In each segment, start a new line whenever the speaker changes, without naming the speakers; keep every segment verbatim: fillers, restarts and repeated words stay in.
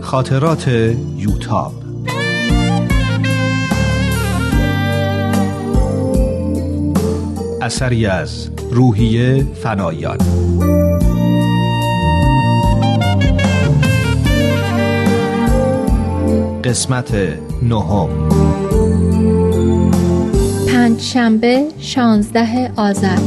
خاطرات یوتاب. اثری از روحیه فنایان. قسمت نهم.
پنجشنبه شانزده آذر.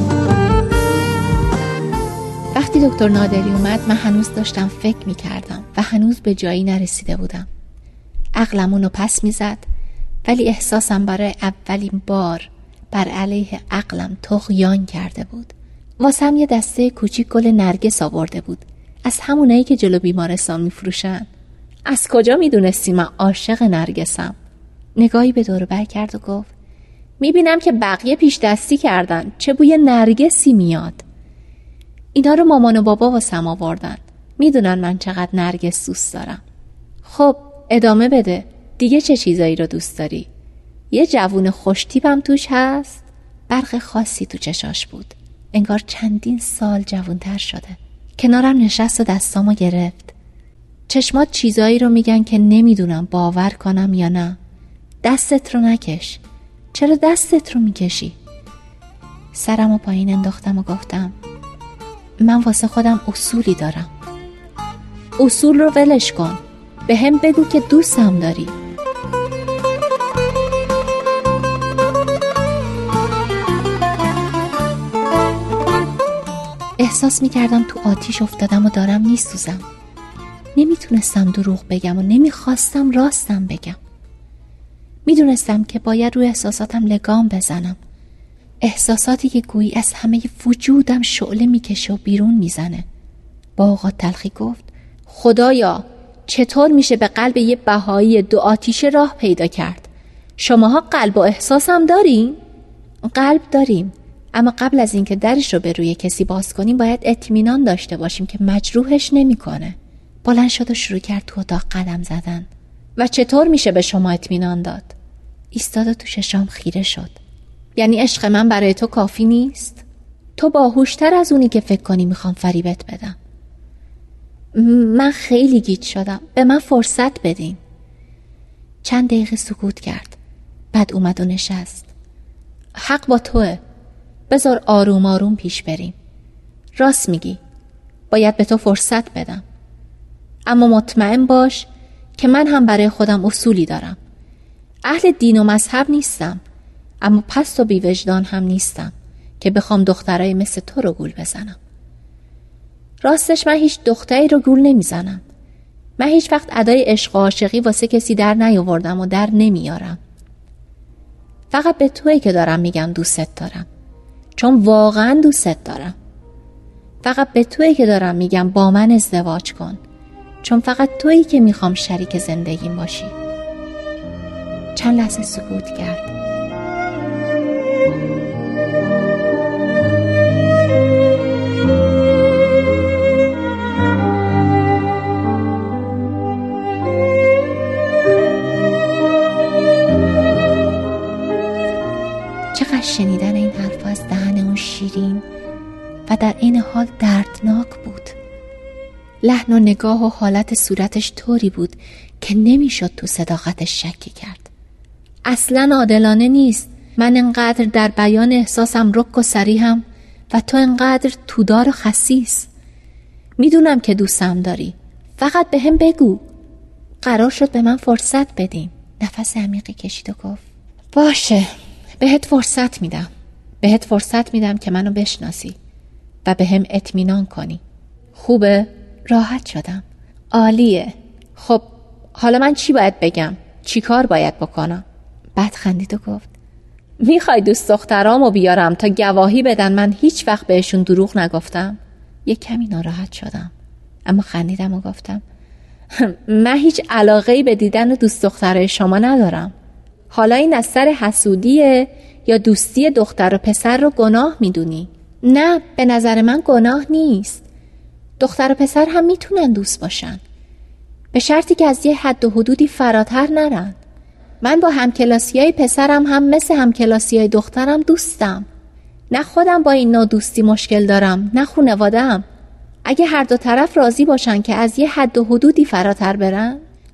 وقتی دکتر نادری اومد من هنوز داشتم فکر میکردم و هنوز به جایی نرسیده بودم. عقلم اونو پس میزد، ولی احساسم برای اولین بار بر علیه عقلم طغیان کرده بود. واسم یه دسته کوچیک گل نرگس آورده بود، از همونایی که جلو بیمارستان میفروشن. از کجا میدونستی من عاشق نرگسم؟ نگاهی به دور و بر کرد و گفت میبینم که بقیه پیش دستی کردن، چه بوی نرگسی میاد. اینا رو مامان و بابا واسم آوردن، میدونن من چقدر نرگس دوست دارم. خب ادامه بده، دیگه چه چیزایی رو دوست داری؟ یه جوون خوشتیپم توش هست. برق خاصی تو چشاش بود، انگار چندین سال جوونتر شده. کنارم نشست و دستامو گرفت. چشمات چیزایی رو میگن که نمیدونم باور کنم یا نه. دستت رو نکش. چرا دستت رو میکشی؟ سرمو پایین انداختم و گفتم من واسه خودم اصولی دارم. اصول رو ولش کن، به هم بگو که دوستم داری. احساس میکردم تو آتیش افتادم و دارم میسوزم. نمیتونستم دروغ بگم و نمیخواستم راستم بگم. میدونستم که باید روی احساساتم لگام بزنم، احساساتی که گویی از همه وجودم شعله میکشه و بیرون میزنه. با اوقات تلخی گفت خدایا چطور میشه به قلب یه بهایی دو آتیشه راه پیدا کرد؟ شماها قلب و احساسم دارین؟ قلب داریم، اما قبل از اینکه درش رو به روی کسی باز کنیم باید اطمینان داشته باشیم که مجروحش نمیکنه. بلند شد و شروع کرد تو اتاق قدم زدن. و چطور میشه به شما اطمینان داد؟ ایستاد و تو چشام خیره شد. یعنی عشق من برای تو کافی نیست؟ تو باهوشتر از اونی که فکر کنی میخوام فریبت بدم. من خیلی گیج شدم، به من فرصت بدین. چند دقیقه سکوت کرد، بعد اومد و نشست. حق با توه، بذار آروم آروم پیش بریم. راست میگی، باید به تو فرصت بدم، اما مطمئن باش که من هم برای خودم اصولی دارم. اهل دین و مذهب نیستم، اما پست و بی‌وجدان هم نیستم که بخوام دخترای مثل تو رو گول بزنم. راستش من هیچ دختری رو گول نمیزنم. من هیچ وقت ادای عشق و عاشقی واسه کسی در نیاوردم و در نمیارم. فقط به تویی که دارم میگم دوستت دارم، چون واقعا دوستت دارم. فقط به تویی که دارم میگم با من ازدواج کن، چون فقط تویی که میخوام شریک زندگیم باشی. چند لحظه سکوت کرد. چقدر شنیدن این حرف از دهن اون شیرین و در این حال دردناک بود. لحن و نگاه و حالت صورتش طوری بود که نمیشد تو صداقتش شکی کرد. اصلاً عادلانه نیست من انقدر در بیان احساسم رک و صریحم و تو انقدر تودار و خسیس. میدونم که دوستم داری، فقط به هم بگو. قرار شد به من فرصت بدیم. نفس عمیقی کشید و گفت باشه، بهت فرصت میدم. بهت فرصت میدم که منو بشناسی و به هم اطمینان کنی. خوبه؟ راحت شدم. عالیه. خب حالا من چی باید بگم؟ چی کار باید بکنم؟ بعد خندید و گفت میخوای دوست دخترامو بیارم تا گواهی بدن من هیچ وقت بهشون دروغ نگفتم؟ یه کمی ناراحت شدم، اما خندیدم و گفتم من هیچ علاقه‌ای به دیدن دوست دخترای شما ندارم. حالا این از سر حسودیه یا دوستی دختر و پسر رو گناه میدونی؟ نه، به نظر من گناه نیست. دختر و پسر هم میتونن دوست باشن، به شرطی که از یه حد و حدودی فراتر نرن. من با همکلاسیای پسرم هم مثل همکلاسیای دخترم دوستم. نه خودم با این نوع دوستی مشکل دارم، نه خانواده‌ام. اگه هر دو طرف راضی باشن که از یه حد و حدودی فراتر برن،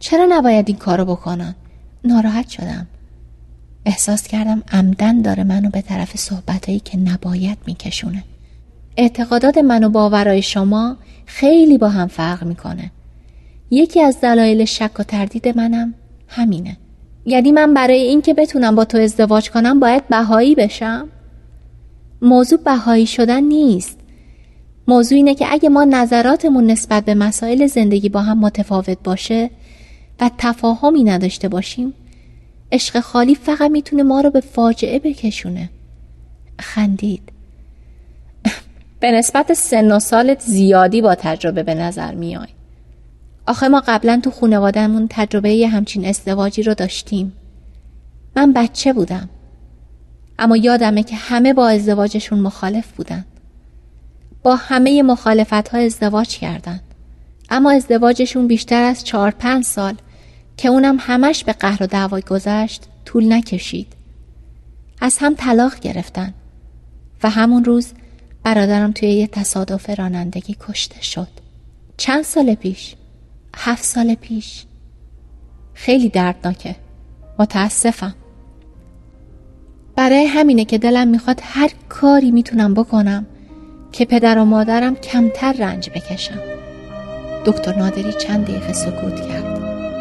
چرا نباید این کارو بکنن؟ ناراحت شدم. احساس کردم عمدن داره منو به طرف صحبتایی که نباید میکشونه. اعتقادات من و باورای شما خیلی با هم فرق میکنه. یکی از دلایل شک و تردید منم همینه. یعنی من برای این که بتونم با تو ازدواج کنم باید بهایی بشم؟ موضوع بهایی شدن نیست. موضوع اینه که اگه ما نظراتمون نسبت به مسائل زندگی با هم متفاوت باشه و تفاهمی نداشته باشیم، عشق خالی فقط میتونه ما رو به فاجعه بکشونه. خندید. به نسبت سن و سالت زیادی با تجربه به نظر میای. آخه ما قبلا تو خانواده‌مون تجربه یه همچین ازدواجی رو داشتیم. من بچه بودم، اما یادمه که همه با ازدواجشون مخالف بودن. با همه مخالفت‌ها ازدواج کردن، اما ازدواجشون بیشتر از چهار پنج سال که اونم همش به قهر و دعوا گذشت طول نکشید. از هم طلاق گرفتن و همون روز برادرم توی یه تصادف رانندگی کشته شد. چند سال پیش؟ هفت سال پیش. خیلی دردناکه. متاسفم. برای همینه که دلم میخواد هر کاری میتونم بکنم که پدر و مادرم کمتر رنج بکشم. دکتر نادری چند دقیقه سکوت کرد.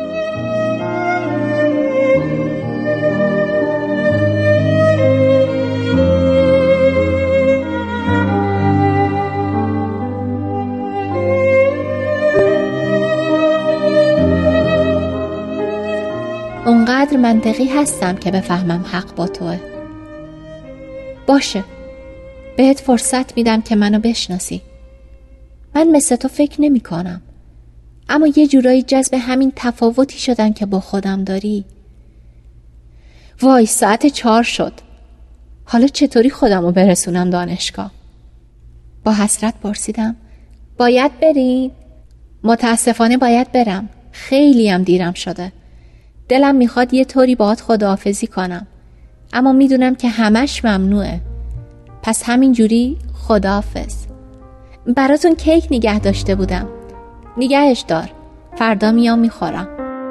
اونقدر منطقی هستم که بفهمم حق با توه. باشه، بهت فرصت میدم که منو بشناسی. من مثل تو فکر نمی کنم، اما یه جورایی جذب همین تفاوتی شدن که با خودم داری. وای، ساعت چهار شد. حالا چطوری خودمو برسونم دانشگاه؟ با حسرت پرسیدم. باید برین؟ متاسفانه باید برم. خیلی هم دیرم شده. دلم میخواد یه طوری باهات خداحافظی کنم، اما میدونم که همش ممنوعه. پس همین جوری خداحافظ. براتون کیک نگه داشته بودم. نگهش دار. فردا میام میخورم.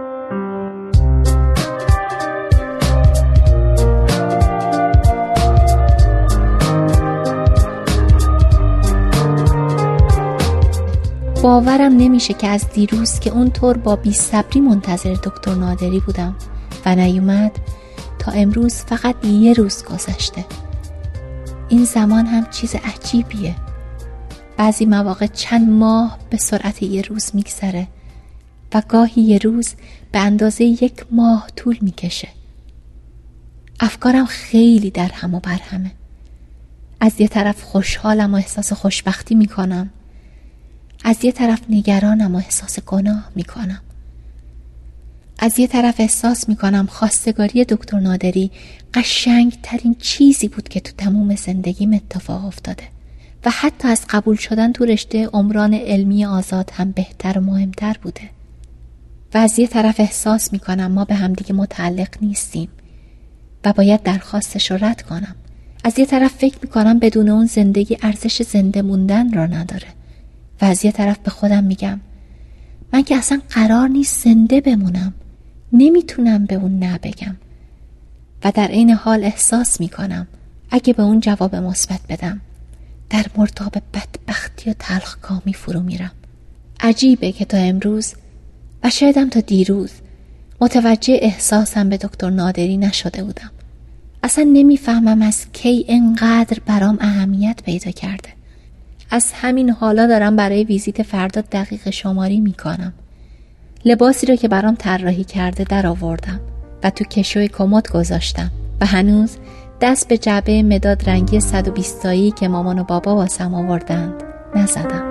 باورم نمیشه که از دیروز که اونطور با بی‌صبری منتظر دکتر نادری بودم و نیومد تا امروز فقط یه روز گذشته. این زمان هم چیز عجیبیه. بعضی مواقع چند ماه به سرعت یه روز میگذره و گاهی یه روز به اندازه یک ماه طول میکشه. افکارم خیلی در هم و بر همه. از یه طرف خوشحالم و احساس خوشبختی میکنم، از یه طرف نگرانم و احساس گناه میکنم. از یه طرف احساس میکنم خواستگاری دکتر نادری قشنگ ترین چیزی بود که تو تموم زندگیم اتفاق افتاده و حتی از قبول شدن تو رشته عمران علمی آزاد هم بهتر و مهمتر بوده. و از یه طرف احساس میکنم ما به همدیگه متعلق نیستیم و باید درخواستش رو رد کنم. از یه طرف فکر میکنم بدون اون زندگی ارزش زنده موندن را نداره و از یه طرف به خودم میگم من که اصلا قرار نیست زنده بمونم، نمیتونم به اون نه بگم. و در این حال احساس میکنم اگه به اون جواب مثبت بدم در مرداب بدبختی و تلخکامی فرو میرم. عجیبه که تا امروز و شایدم تا دیروز متوجه احساسم به دکتر نادری نشده بودم. اصلا نمیفهمم از کی انقدر برام اهمیت پیدا کرده. از همین حالا دارم برای ویزیت فردا دقیقه شماری میکنم. لباسی رو که برام طراحی کرده در آوردم و تو کشوی کمد گذاشتم و هنوز دست به جعبه مداد رنگی صد و بیست تایی که مامان و بابا واسم آوردند نزدم.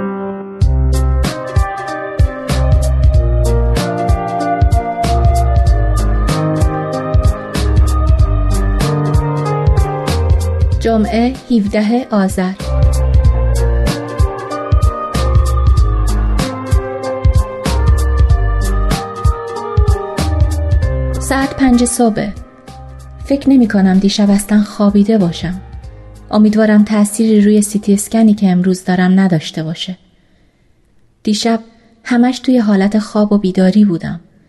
جمعه هفدهم آذر. ساعت پنج صبح. فکر نمی کنم دیشب اصلا خوابیده باشم. امیدوارم تأثیری روی سیتی اسکنی که امروز دارم نداشته باشه. دیشب همش توی حالت خواب و بیداری بودم.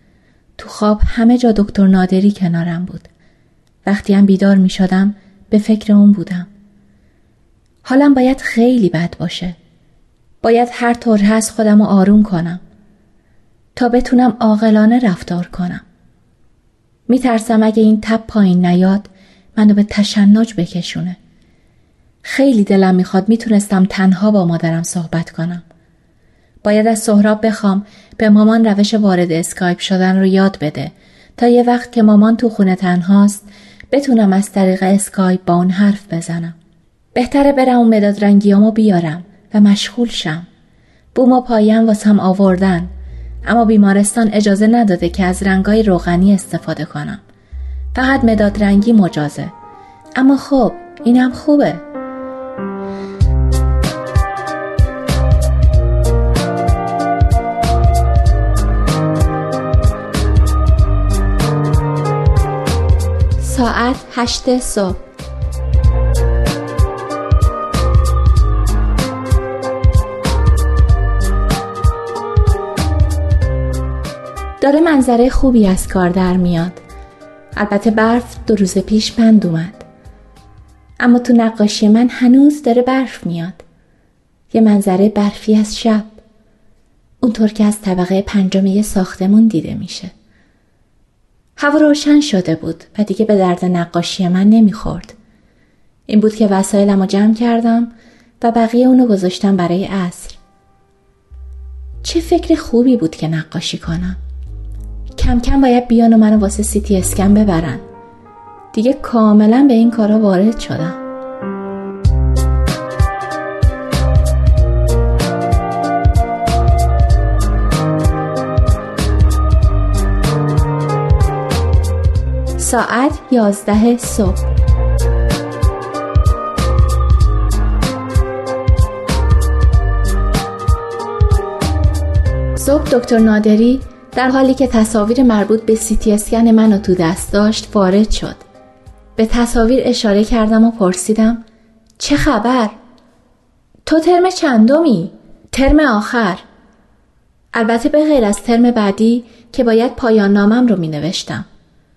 تو خواب همه جا دکتر نادری کنارم بود. وقتی هم بیدار می شدم به فکر اون بودم. حالم باید خیلی بد باشه. باید هر طور هست خودم رو آروم کنم تا بتونم عاقلانه رفتار کنم. می ترسم اگه این تب پایین نیاد منو به تشنج بکشونه. خیلی دلم میخواد میتونستم تنها با مادرم صحبت کنم. باید از سهراب بخوام به مامان روش وارد اسکایپ شدن رو یاد بده تا یه وقت که مامان تو خونه تنهاست بتونم از طریق اسکایپ با اون حرف بزنم. بهتره برم اون مداد رنگیامو بیارم و مشغول شم. بوم و پایم واسم آوردن، اما بیمارستان اجازه نداده که از رنگای روغنی استفاده کنم. فقط مداد رنگی مجازه. اما خب اینم خوبه. ساعت هشت صبح. داره منظره خوبی از کار در میاد. البته برف دو روز پیش بند اومد. اما تو نقاشی من هنوز داره برف میاد. یه منظره برفی از شب. اونطور که از طبقه پنجم یه ساختمون دیده میشه. هوا روشن شده بود و دیگه به درد نقاشی من نمیخورد. این بود که وسایلم رو جمع کردم و بقیه اونو گذاشتم برای عصر. چه فکر خوبی بود که نقاشی کنم. کم کم باید بیان و منو واسه سیتی اسکن ببرن. دیگه کاملا به این کارا وارد شدم. ساعت یازده صبح. صبح دکتر نادری در حالی که تصاویر مربوط به سیتی اسکن منو تو دست داشت وارد شد. به تصاویر اشاره کردم و پرسیدم چه خبر؟ تو ترم چندمی؟ ترم آخر. البته به غیر از ترم بعدی که باید پایان نامم رو می نوشتم.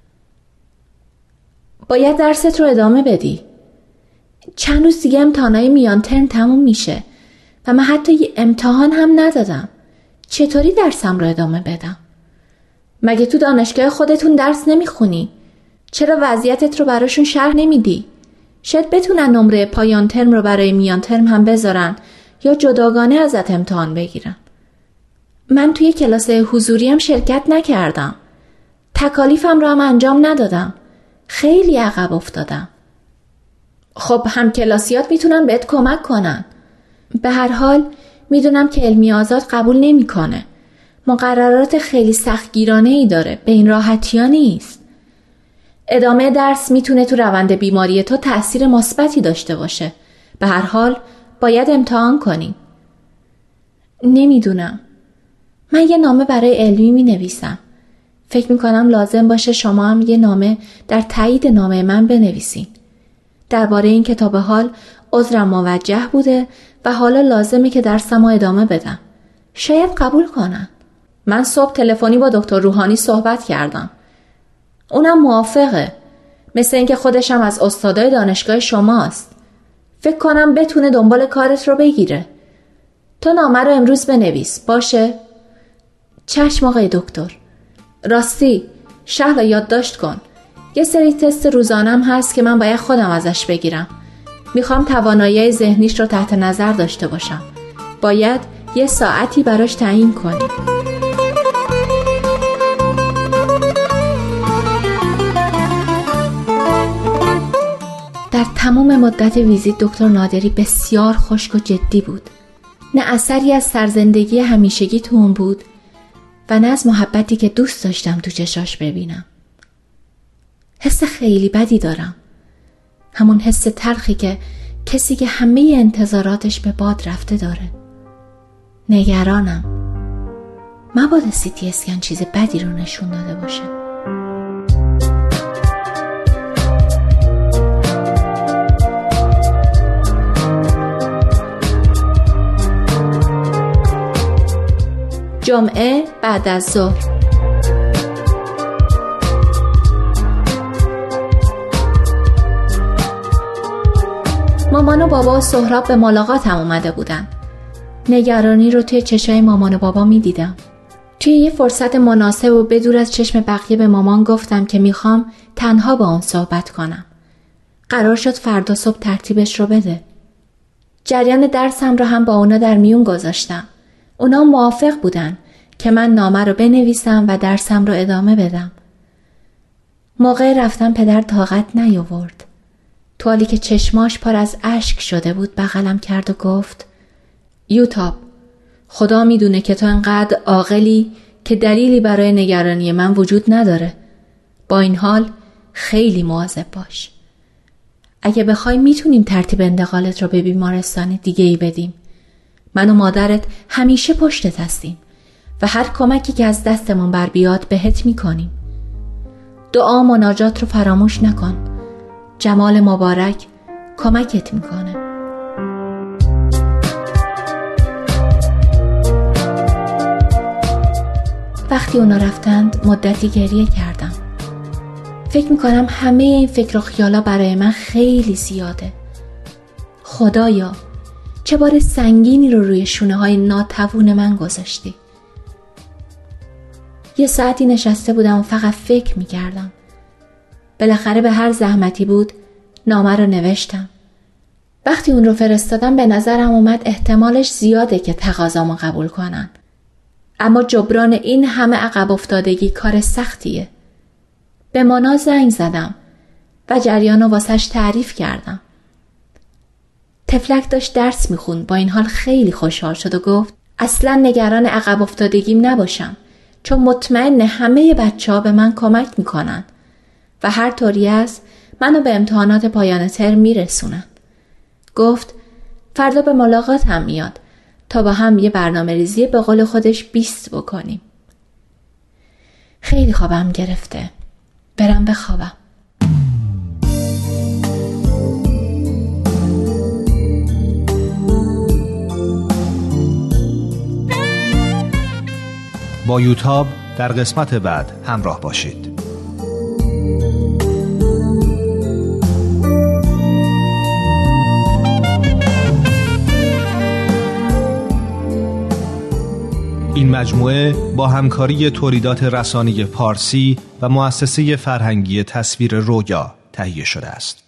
باید درست رو ادامه بدی. چند روز دیگه امتحانای میان ترم تموم میشه و من حتی یه امتحان هم ندادم. چطوری درسم رو ادامه بدم؟ مگه تو دانشگاه خودتون درس نمیخونی؟ چرا وضعیتت رو براشون شرح نمیدی؟ شاید بتونن نمره پایان ترم رو برای میان ترم هم بذارن یا جداگانه ازت امتحان بگیرن. من توی کلاس حضوری هم شرکت نکردم. تکالیفم رو هم انجام ندادم. خیلی عقب افتادم. خب هم کلاسیات میتونن بهت کمک کنن. به هر حال میدونم که علمی آزاد قبول نمیکنه. مقررات خیلی سختگیرانه ای داره. به این راحتی ها نیست. ادامه درس میتونه تو روند بیماری تو تأثیر مثبتی داشته باشه. به هر حال باید امتحان کنی. نمیدونم. من یه نامه برای علمی می نویسم. فکر می کنم لازم باشه شما هم یه نامه در تایید نامه من بنویسین. درباره این که تا به حال عذرم موجه بوده و حالا لازمه که درسم رو ادامه بدم. شاید قبول کنن. من صبح تلفنی با دکتر روحانی صحبت کردم. اونم موافقه. مثل اینکه خودشم از استادای دانشگاه شماست. فکر کنم بتونه دنبال کارت رو بگیره. تو نامه رو امروز بنویس. باشه؟ چشم آقای دکتر. راستی شهلا یادداشت کن. یه سری تست روزانم هست که من باید خودم ازش بگیرم. میخوام توانایی ذهنیش رو تحت نظر داشته باشم. باید یه ساعتی براش تعیین کنیم. در تمام مدت ویزیت دکتر نادری بسیار خشک و جدی بود. نه اثری از سرزندگی همیشگی تو اون بود و نه از محبتی که دوست داشتم تو چشاش ببینم. حس خیلی بدی دارم. همون حس تلخی که کسی که همه انتظاراتش به باد رفته داره. نگرانم. مبادا سیتی اسکن چیز بدی رو نشون داده باشه. جمعه بعد از ظهر. مامان و بابا و سهراب به ملاقاتم اومده بودن. نگرانی رو توی چشای مامان و بابا می دیدم. توی یه فرصت مناسب و بدور از چشم بقیه به مامان گفتم که میخوام تنها با اون صحبت کنم. قرار شد فردا صبح ترتیبش رو بده. جریان درسم رو هم با اونا در میون گذاشتم. اونا موافق بودن که من نامه رو بنویسم و درسم رو ادامه بدم. موقع رفتن پدر طاقت نیاورد. تو حالی که چشماش پر از اشک شده بود بغلم کرد و گفت: یوتاب، خدا میدونه که تو انقدر عاقلی که دلیلی برای نگرانی من وجود نداره. با این حال خیلی مواظب باش. اگه بخوای میتونیم ترتیب انتقالت رو به بیمارستان دیگه ای بدیم. من و مادرت همیشه پشتت هستیم و هر کمکی که از دستمون بر بیاد بهت میکنیم. دعا مناجات رو فراموش نکن. جمال مبارک کمکت میکنه. وقتی اونا رفتند مدتی گریه کردم. فکر میکنم همه این فکر و خیالا برای من خیلی زیاده. خدایا چه بار سنگینی رو روی شونه های ناتوون من گذاشتی. یه ساعتی نشسته بودم و فقط فکر میکردم. بالاخره به هر زحمتی بود نامه رو نوشتم. وقتی اون رو فرستادم به نظرم اومد احتمالش زیاده که تقاضامو قبول کنن. اما جبران این همه عقب افتادگی کار سختیه. به مانا زنگ زدم و جریان رو واسش تعریف کردم. تفلک داشت درس میخوند. با این حال خیلی خوشحال شد و گفت اصلا نگران عقب افتادگیم نباشم، چون مطمئن همه بچه ها به من کمک میکنن و هر طوری است منو به امتحانات پایان ترم میرسونن. گفت فردا به ملاقات هم میاد تا با هم یه برنامه ریزی به قول خودش بیست بکنیم. خیلی خوابم گرفته. برم بخوابم.
با یوتاب در قسمت بعد همراه باشید. این مجموعه با همکاری تولیدات رسانه‌ای پارسی و مؤسسه فرهنگی تصویر رویا تهیه شده است.